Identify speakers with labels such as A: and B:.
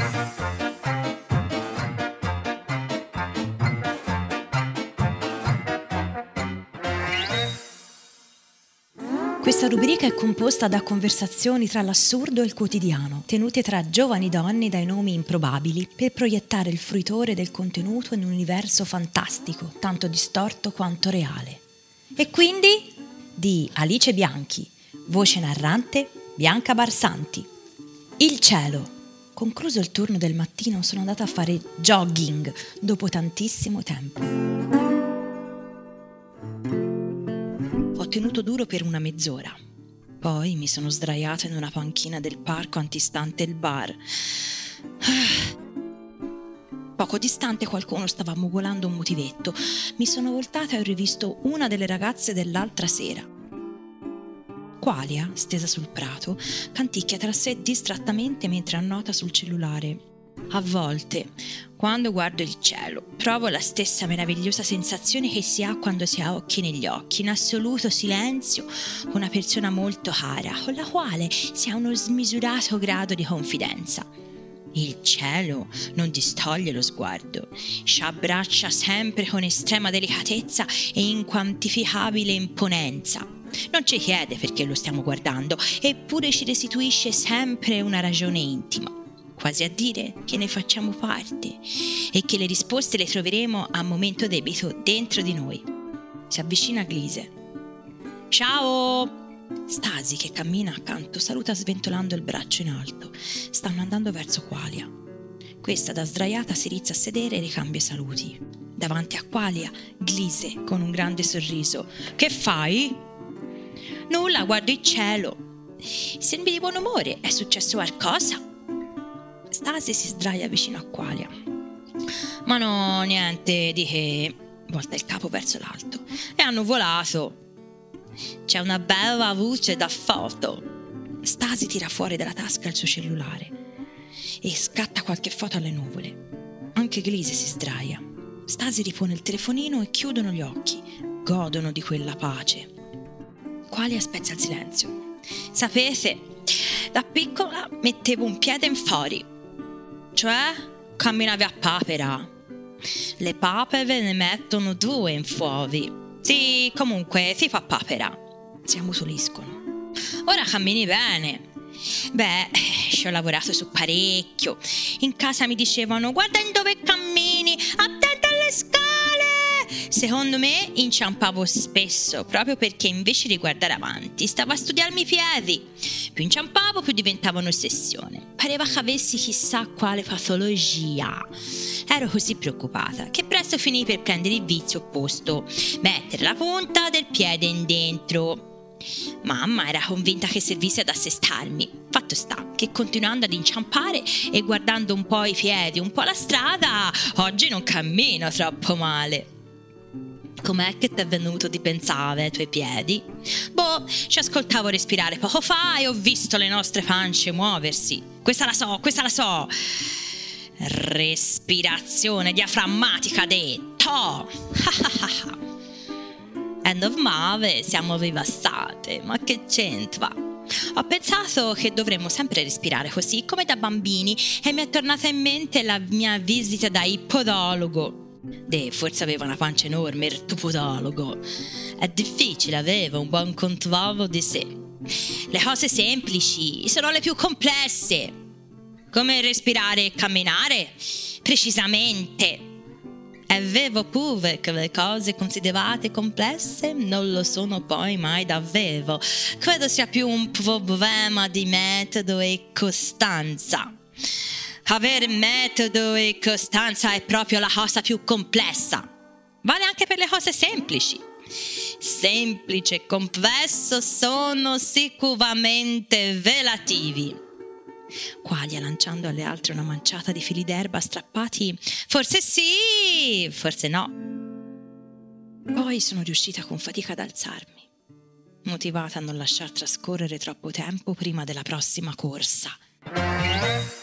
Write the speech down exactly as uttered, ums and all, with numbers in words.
A: Questa rubrica è composta da conversazioni tra l'assurdo e il quotidiano, tenute tra giovani donne dai nomi improbabili, per proiettare il fruitore del contenuto in un universo fantastico, tanto distorto quanto reale. E quindi di Alice Bianchi, voce narrante Bianca Barsanti. Il cielo. Concluso il turno del mattino, sono andata a fare jogging dopo tantissimo tempo. Ho tenuto duro per una mezz'ora. Poi mi sono sdraiata in una panchina del parco antistante il bar. Poco distante qualcuno stava mugolando un motivetto. Mi sono voltata e ho rivisto una delle ragazze dell'altra sera. Qualia, stesa sul prato, canticchia tra sé distrattamente mentre annota sul cellulare. A volte, quando guardo il cielo, provo la stessa meravigliosa sensazione che si ha quando si ha occhi negli occhi, in assoluto silenzio, con una persona molto cara, con la quale si ha uno smisurato grado di confidenza. Il cielo non distoglie lo sguardo, ci abbraccia sempre con estrema delicatezza e inquantificabile imponenza. Non ci chiede perché lo stiamo guardando, eppure ci restituisce sempre una ragione intima. Quasi a dire che ne facciamo parte e che le risposte le troveremo a momento debito dentro di noi. Si avvicina Glise. Ciao! Stasi, che cammina accanto, saluta sventolando il braccio in alto. Stanno andando verso Qualia. Questa, da sdraiata, si rizza a sedere e ricambia saluti. Davanti a Qualia, Glise, con un grande sorriso. Che fai? Nulla, guardo il cielo. Sembri di buon umore, è successo qualcosa? Stasi si sdraia vicino a Qualia. Ma no, niente di che. Volta il capo verso l'alto. E hanno volato. C'è una bella luce da foto. Stasi tira fuori dalla tasca il suo cellulare e scatta qualche foto alle nuvole. Anche Glise si sdraia. Stasi ripone il telefonino e chiudono gli occhi. Godono di quella pace. Qualia spezza il silenzio. Sapete, da piccola mettevo un piede in fuori. Cioè, camminavi a papera. Le papere ne mettono due in fuori. Sì, comunque, si fa papera. Si ammutoliscono. Ora cammini bene. Beh, ci ho lavorato su parecchio. In casa mi dicevano, guarda in dove cammini, attenta alle scale. Secondo me inciampavo spesso, proprio perché invece di guardare avanti stavo a studiarmi i piedi. Più inciampavo, più diventavo un'ossessione. Pareva che avessi chissà quale patologia. Ero così preoccupata che presto finii per prendere il vizio opposto, mettere la punta del piede in dentro. Mamma era convinta che servisse ad assestarmi. Fatto sta che continuando ad inciampare e guardando un po' i piedi, un po' la strada, oggi non cammino troppo male. Com'è che ti è venuto di pensare ai tuoi piedi? Boh, ci ascoltavo respirare poco fa e ho visto le nostre pance muoversi. Questa la so, questa la so. Respirazione diaframmatica detto. End of male, siamo rilassate, ma che c'entra? Ho pensato che dovremmo sempre respirare così, come da bambini, e mi è tornata in mente la mia visita da ippodologo. De, forse aveva una pancia enorme il tuo podologo. È difficile avere un buon controllo di sé. Le cose semplici sono le più complesse, come respirare e camminare. Precisamente. È vero pure che le cose considerate complesse non lo sono poi mai davvero. Credo sia più un problema di metodo e costanza. Avere metodo e costanza è proprio la cosa più complessa. Vale anche per le cose semplici. Semplice e complesso sono sicuramente relativi. Qualia, lanciando alle altre una manciata di fili d'erba strappati. Forse sì, forse no. Poi sono riuscita con fatica ad alzarmi, motivata a non lasciar trascorrere troppo tempo prima della prossima corsa.